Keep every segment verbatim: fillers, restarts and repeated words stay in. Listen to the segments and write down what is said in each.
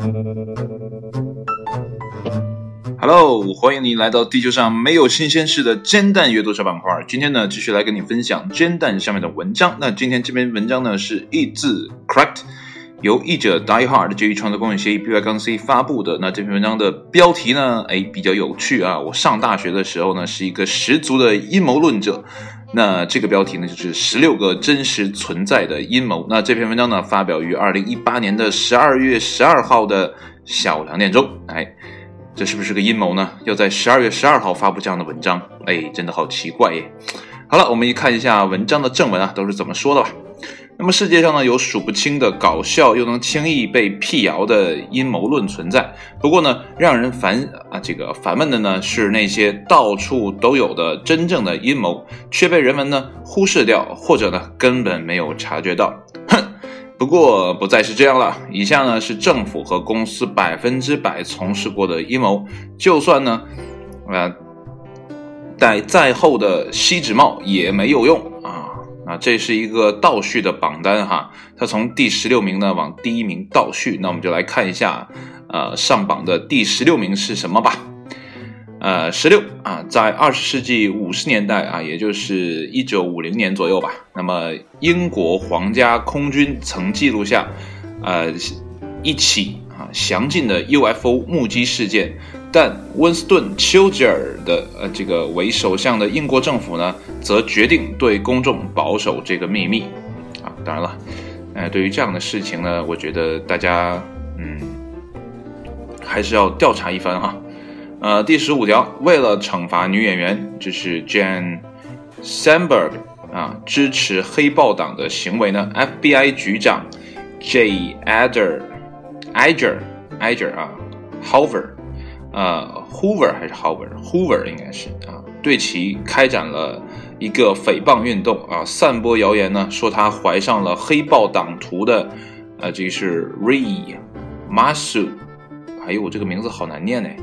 Hello， 欢迎你来到地球上没有新鲜事的煎蛋阅读小板块。今天呢，继续来跟你分享煎蛋上面的文章。那今天这篇文章呢是译自 Correct， 由译者 Die Hard 基于创作公允协议 B Y C 发布的。那这篇文章的标题呢，哎，比较有趣啊。我上大学的时候呢，是一个十足的阴谋论者。那这个标题呢，就是十六个真实存在的阴谋。那这篇文章呢，发表于二零一八年的十二月十二号的下午两点钟。哎，这是不是个阴谋呢？要在十二月十二号发布这样的文章，哎，真的好奇怪耶。好了，我们一看一下文章的正文啊，都是怎么说的吧。那么世界上呢，有数不清的搞笑又能轻易被辟谣的阴谋论存在。不过呢，让人烦啊，这个烦闷的呢是那些到处都有的真正的阴谋，却被人们呢忽视掉，或者呢根本没有察觉到。哼！不过不再是这样了。以下呢是政府和公司百分之百从事过的阴谋，就算呢，呃，戴再厚的锡纸帽也没有用啊。啊，这是一个倒叙的榜单哈，它从第十六名呢往第一名倒叙。那我们就来看一下，呃，上榜的第十六名是什么吧。呃，十六啊，在二十世纪五十年代啊，也就是一九五零年左右吧。那么，英国皇家空军曾记录下，呃，一起啊详尽的 U F O 目击事件。但温斯顿·丘吉尔的呃这个为首相的英国政府呢，则决定对公众保守这个秘密啊。当然了，呃，对于这样的事情呢，我觉得大家嗯还是要调查一番哈。呃，第十五条，为了惩罚女演员，这是 Jane Sandberg 啊，支持黑豹党的行为呢 ，F B I 局长 J. Edgar Edgar Edgar 啊 Hoover。呃 Hoover 还是 Hoover Hoover 应该是啊，对其开展了一个诽谤运动啊，散播谣言呢，说他怀上了黑豹党徒的呃，这个是 Ree Masu， 哎呦，这个名字好难念呢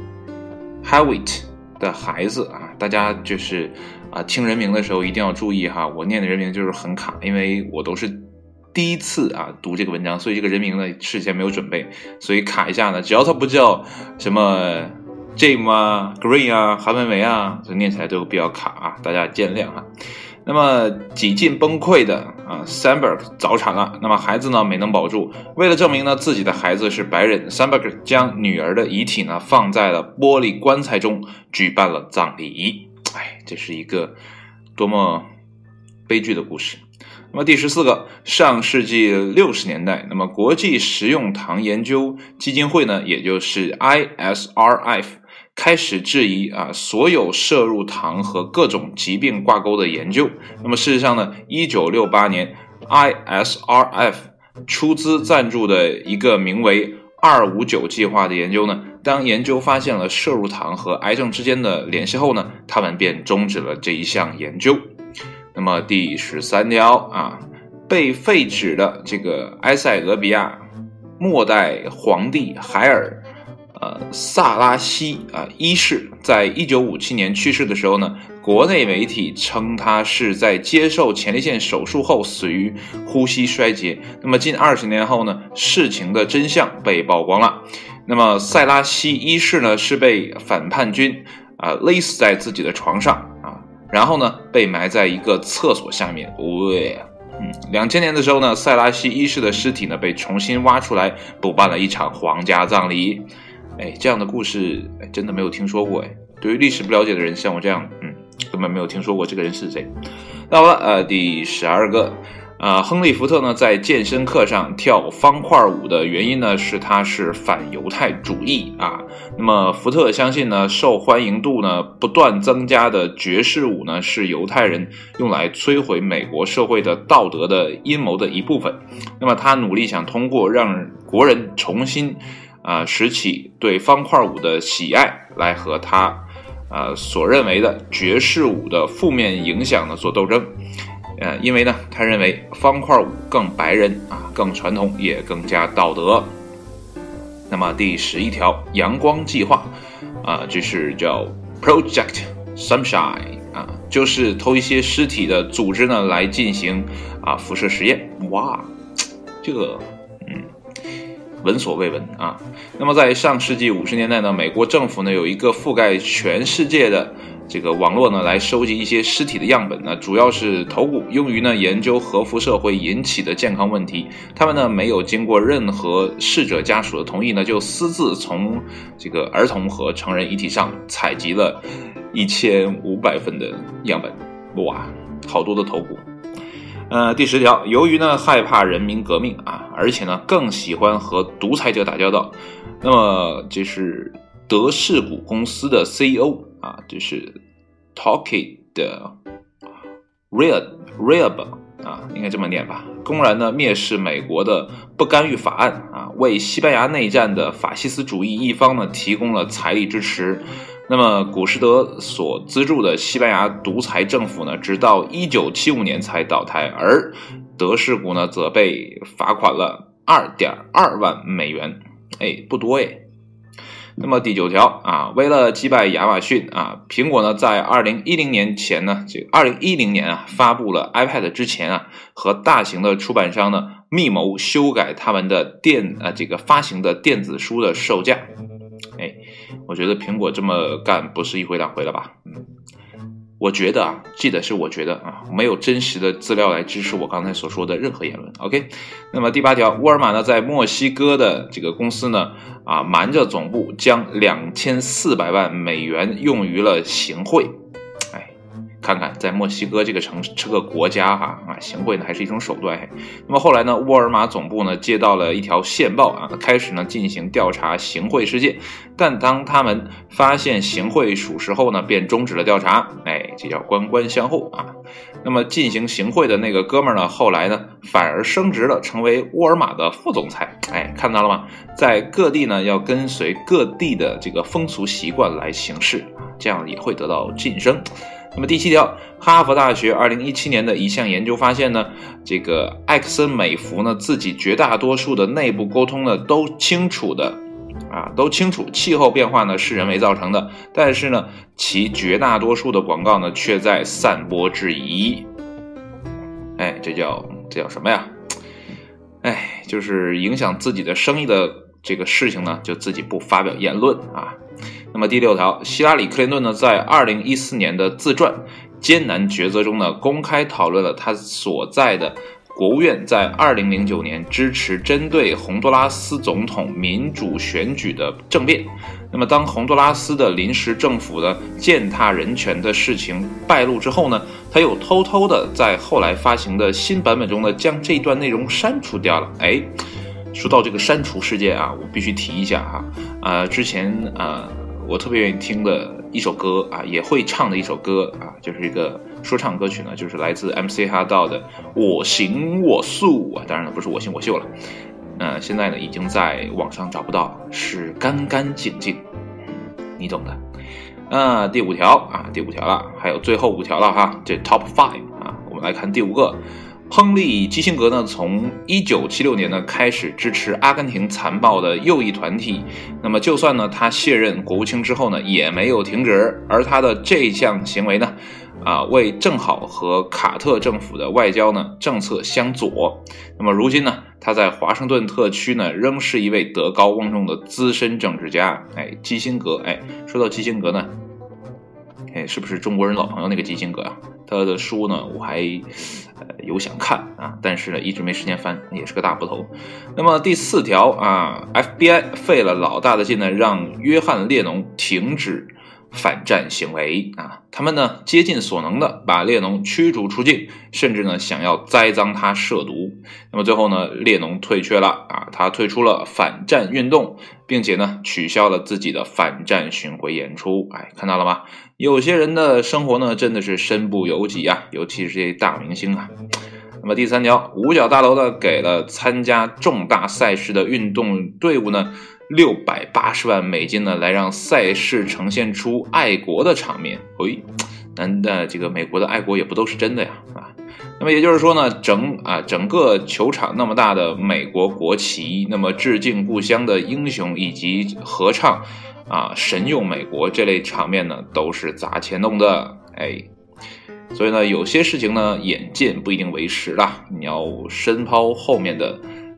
Hewitt 的孩子啊，大家就是啊听人名的时候一定要注意哈，我念的人名就是很卡，因为我都是第一次啊读这个文章，所以这个人名呢事先没有准备，所以卡一下呢，只要他不叫什么 Jim 啊 Green 啊韩文梅啊，这念起来都比较卡啊，大家见谅哈。那么几近崩溃的啊 Sandberg 早产了，那么孩子呢没能保住，为了证明呢自己的孩子是白人， Sandberg 将女儿的遗体呢放在了玻璃棺材中，举办了葬礼。哎，这是一个多么悲剧的故事。那么第十四个，上世纪六十年代，那么国际食用糖研究基金会呢，也就是 I S R F 开始质疑啊所有摄入糖和各种疾病挂钩的研究。那么事实上呢，一九六八年 I S R F 出资赞助的一个名为二五九计划的研究呢，当研究发现了摄入糖和癌症之间的联系后呢，他们便终止了这一项研究。那么第十三条啊，被废止的这个埃塞俄比亚末代皇帝海尔呃萨拉西啊一世，在一九五七年去世的时候呢，国内媒体称他是在接受前列腺手术后死于呼吸衰竭。那么近二十年后呢，事情的真相被曝光了。那么塞拉西一世呢，是被反叛军啊勒死在自己的床上啊。然后呢，被埋在一个厕所下面。喂，嗯，两千年的时候呢，塞拉西一世的尸体呢被重新挖出来，补办了一场皇家葬礼。哎，这样的故事真的没有听说过哎。对于历史不了解的人，像我这样，嗯，根本没有听说过这个人是谁。那好了，呃，第十二个。呃，亨利·福特呢，在健身课上跳方块舞的原因呢，是他是反犹太主义啊。那么，福特相信呢，受欢迎度呢不断增加的爵士舞呢，是犹太人用来摧毁美国社会的道德的阴谋的一部分。那么，他努力想通过让国人重新啊、呃、拾起对方块舞的喜爱，来和他呃所认为的爵士舞的负面影响呢做斗争。呃，因为呢，他认为方块舞更白人啊，更传统，也更加道德。那么第十一条，阳光计划啊，这是叫 Project Sunshine 啊，就是偷一些尸体的组织呢来进行啊辐射实验。哇，这个嗯， 闻所未闻啊。那么在上世纪五十年代呢，美国政府呢有一个覆盖全世界的这个网络呢，来收集一些尸体的样本呢，主要是头骨，用于呢研究核辐射会引起的健康问题。他们呢没有经过任何逝者家属的同意呢，就私自从这个儿童和成人遗体上采集了一千五百份的样本，哇，好多的头骨。呃，第十条，由于呢害怕人民革命啊，而且呢更喜欢和独裁者打交道，那么这是德士古公司的 C E O 啊，就是 Talkie 的 Reab 啊，应该这么念吧，公然呢蔑视美国的不干预法案啊，为西班牙内战的法西斯主义一方呢提供了财力支持。那么古士德所资助的西班牙独裁政府呢，直到一九七五年才倒台，而德士古呢则被罚款了 二点二万美元，哎，不多哎。那么第九条啊，为了击败亚马逊啊，苹果呢在二零一零年前呢，这个二零一零年啊发布了 iPad 之前啊，和大型的出版商呢密谋修改他们的电啊这个发行的电子书的售价。哎，我觉得苹果这么干不是一回两回了吧？嗯，我觉得啊，记得是我觉得啊，没有真实的资料来支持我刚才所说的任何言论。OK， 那么第八条，沃尔玛呢在墨西哥的这个公司呢啊瞒着总部将两千四百万美元用于了行贿。哎，看看在墨西哥这个城市这个国家哈啊，行贿呢还是一种手段。那么后来呢，沃尔玛总部呢接到了一条线报啊，开始呢进行调查行贿事件，但当他们发现行贿属实后呢，便终止了调查。哎，这叫官官相护啊。那么进行行贿的那个哥们儿呢，后来呢反而升职了，成为沃尔玛的副总裁。哎，看到了吗？在各地呢要跟随各地的这个风俗习惯来行事，这样也会得到晋升。那么第七条，哈佛大学二零一七年的一项研究发现呢，这个艾克森美孚呢自己绝大多数的内部沟通呢都清楚的啊，都清楚气候变化呢是人为造成的，但是呢其绝大多数的广告呢却在散播质疑。哎，这叫这叫什么呀？哎，就是影响自己的生意的这个事情呢，就自己不发表言论啊。那么第六条，希拉里·克林顿呢，在二零一四年的自传《艰难抉择》中呢，公开讨论了他所在的国务院在二零零九年支持针对洪都拉斯总统民主选举的政变。那么当洪都拉斯的临时政府的践踏人权的事情败露之后呢，他又偷偷的在后来发行的新版本中呢，将这段内容删除掉了。哎，说到这个删除事件啊，我必须提一下哈，呃，之前呃。我特别愿意听的一首歌啊，也会唱的一首歌啊，就是一个说唱歌曲呢，就是来自 M C 哈道的《我行我素》啊，当然了，不是我行我秀了。呃，现在呢已经在网上找不到了，是干干净净，你懂的。呃，第五条啊，第五条了，还有最后五条了哈，这 Top Five 啊，我们来看第五个。亨利·基辛格呢，从一九七六年呢开始支持阿根廷残暴的右翼团体。那么，就算呢他卸任国务卿之后呢，也没有停止。而他的这项行为呢，啊，为正好和卡特政府的外交呢政策相左。那么如今呢，他在华盛顿特区呢，仍是一位德高望重的资深政治家。哎，基辛格，哎，说到基辛格呢，哎，是不是中国人老朋友那个基辛格啊？他的书呢，我还呃有想看啊，但是呢一直没时间翻，也是个大部头。那么第四条啊 ，F B I 费了老大的劲呢，让约翰列侬停止反战行为啊，他们呢竭尽所能的把列侬驱逐出境，甚至呢想要栽赃他涉毒。那么最后呢，列侬退却了啊，他退出了反战运动，并且呢取消了自己的反战巡回演出。哎，看到了吗？有些人的生活呢真的是身不由己啊，尤其是这些大明星啊。那么第三条，五角大楼呢给了参加重大赛事的运动队伍呢六百八十万美金呢，来让赛事呈现出爱国的场面。喂，难道这个美国的爱国也不都是真的呀？啊，那么也就是说呢，整啊整个球场那么大的美国国旗，那么致敬故乡的英雄以及合唱啊神勇美国这类场面呢，都是砸钱弄的。哎，所以呢，有些事情呢，眼见不一定为实啦，你要深抛后面的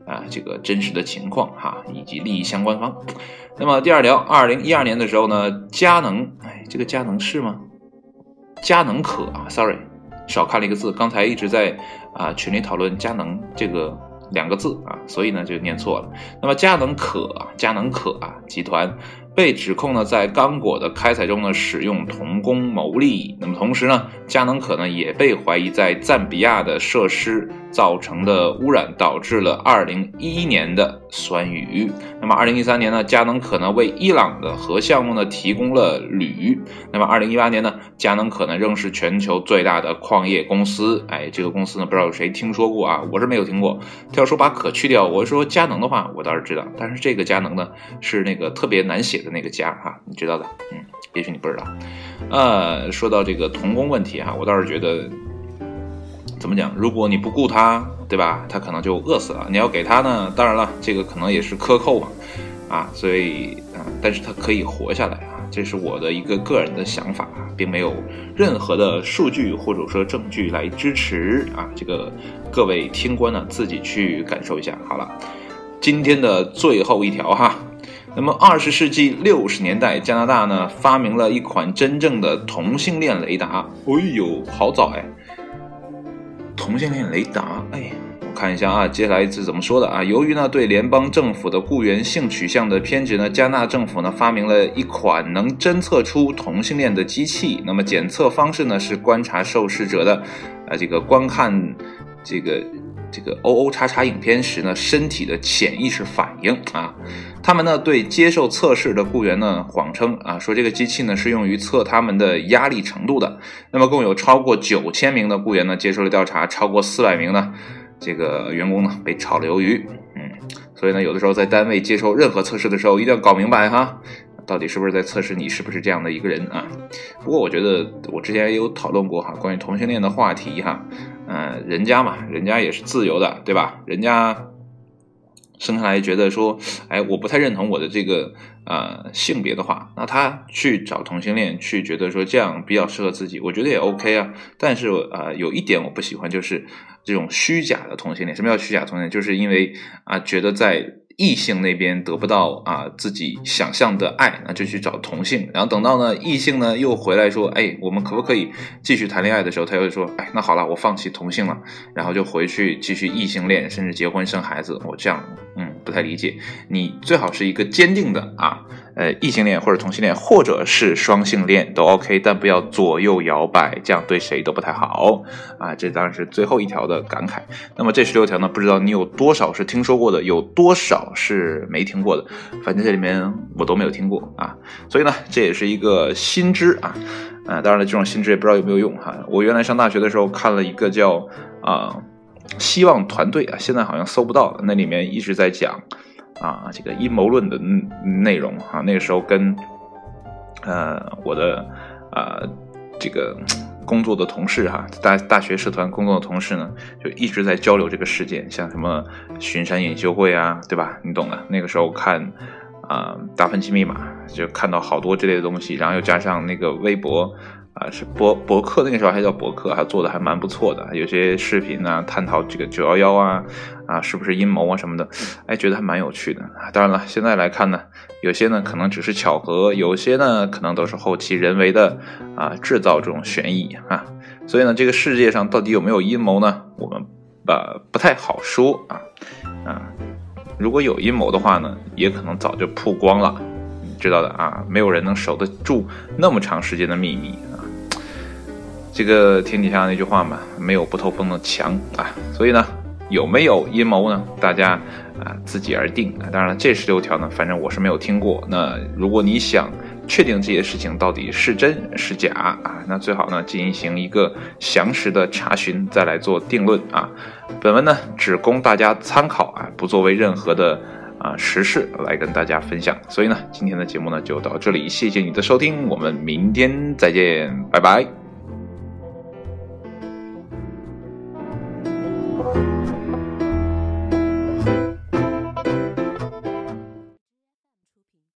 啊这个真实的情况哈，以及利益相关方。那么第二条，二零一二年的时候呢，佳能，哎，这个佳能是吗？佳能可啊 ，sorry， 少看了一个字，刚才一直在啊群里讨论佳能这个两个字啊，所以呢就念错了。那么佳能可啊，佳能可啊集团被指控呢在刚果的开采中呢使用童工牟利。那么同时呢，佳能可呢也被怀疑在赞比亚的设施造成的污染，导致了二零一一年的酸雨。那么二零一三年呢，佳能可呢为伊朗的核项目呢提供了铝。那么二零一八年呢，佳能可呢仍是全球最大的矿业公司。哎，这个公司呢不知道有谁听说过啊？我是没有听过。他要说把可去掉，我说佳能的话我倒是知道，但是这个佳能呢是那个特别难写的那个佳哈，你知道的，嗯，也许你不知道。呃，说到这个童工问题哈，我倒是觉得怎么讲，如果你不顾他，对吧，他可能就饿死了。你要给他呢，当然了，这个可能也是克扣嘛，啊，所以啊，但是他可以活下来啊，这是我的一个个人的想法，并没有任何的数据或者说证据来支持啊，这个各位听官呢自己去感受一下。好了，今天的最后一条哈。那么二十世纪六十年代，加拿大呢发明了一款真正的同性恋雷达。哎呦，好早哎！同性恋雷达，哎，我看一下啊，接下来是怎么说的啊？由于呢对联邦政府的雇员性取向的偏执呢，加拿大政府呢发明了一款能侦测出同性恋的机器。那么检测方式呢是观察受试者的，呃，这个观看这个。这个 O O 叉叉影片时呢，身体的潜意识反应啊，他们呢对接受测试的雇员呢谎称啊，说这个机器呢是用于测他们的压力程度的。那么共有超过九千名的雇员呢接受了调查，超过四百名呢这个员工呢被炒了鱿鱼。嗯，所以呢有的时候在单位接受任何测试的时候，一定要搞明白哈。到底是不是在测试你是不是这样的一个人啊？不过我觉得我之前也有讨论过哈，关于同性恋的话题哈，呃，人家嘛，人家也是自由的，对吧？人家生下来觉得说，哎，我不太认同我的这个呃性别的话，那他去找同性恋，去觉得说这样比较适合自己，我觉得也 OK 啊。但是呃，有一点我不喜欢，就是这种虚假的同性恋。什么叫虚假同性恋？就是因为啊、呃，觉得在异性那边得不到啊自己想象的爱，那就去找同性，然后等到呢异性呢又回来说，哎，我们可不可以继续谈恋爱的时候，他又说，哎，那好了，我放弃同性了，然后就回去继续异性恋，甚至结婚生孩子。我这样嗯不太理解。你最好是一个坚定的啊呃异性恋或者同性恋或者是双性恋都 OK， 但不要左右摇摆，这样对谁都不太好啊。这当然是最后一条的感慨。那么这十六条呢，不知道你有多少是听说过的，有多少是没听过的，反正这里面我都没有听过啊。所以呢，这也是一个新知啊。呃，当然了，这种新知也不知道有没有用哈。我原来上大学的时候看了一个叫啊、呃、希望团队啊，现在好像搜不到了，那里面一直在讲啊这个阴谋论的内容啊。那个时候跟呃我的呃这个工作的同事哈，大大学社团工作的同事呢，就一直在交流这个事件，像什么巡山研修会啊，对吧？你懂的。那个时候看啊、呃《达芬奇密码》，就看到好多这类的东西，然后又加上那个微博啊、呃，是博博客，那个时候还叫博客，还做的还蛮不错的，有些视频啊，探讨这个九一一啊啊是不是阴谋啊什么的，哎，觉得还蛮有趣的。当然了，现在来看呢，有些呢可能只是巧合，有些呢可能都是后期人为的啊制造这种悬疑啊。所以呢，这个世界上到底有没有阴谋呢？我们呃不太好说啊啊。如果有阴谋的话呢，也可能早就曝光了，你知道的啊，没有人能守得住那么长时间的秘密啊。这个天底下那句话嘛，没有不透风的墙啊。所以呢，有没有阴谋呢？大家啊自己而定啊。当然了，这十六条呢，反正我是没有听过。那如果你想确定这些事情到底是真是假啊，那最好呢进行一个详实的查询，再来做定论啊。本文呢只供大家参考啊，不作为任何的啊实事来跟大家分享。所以呢，今天的节目呢就到这里，谢谢你的收听，我们明天再见，拜拜。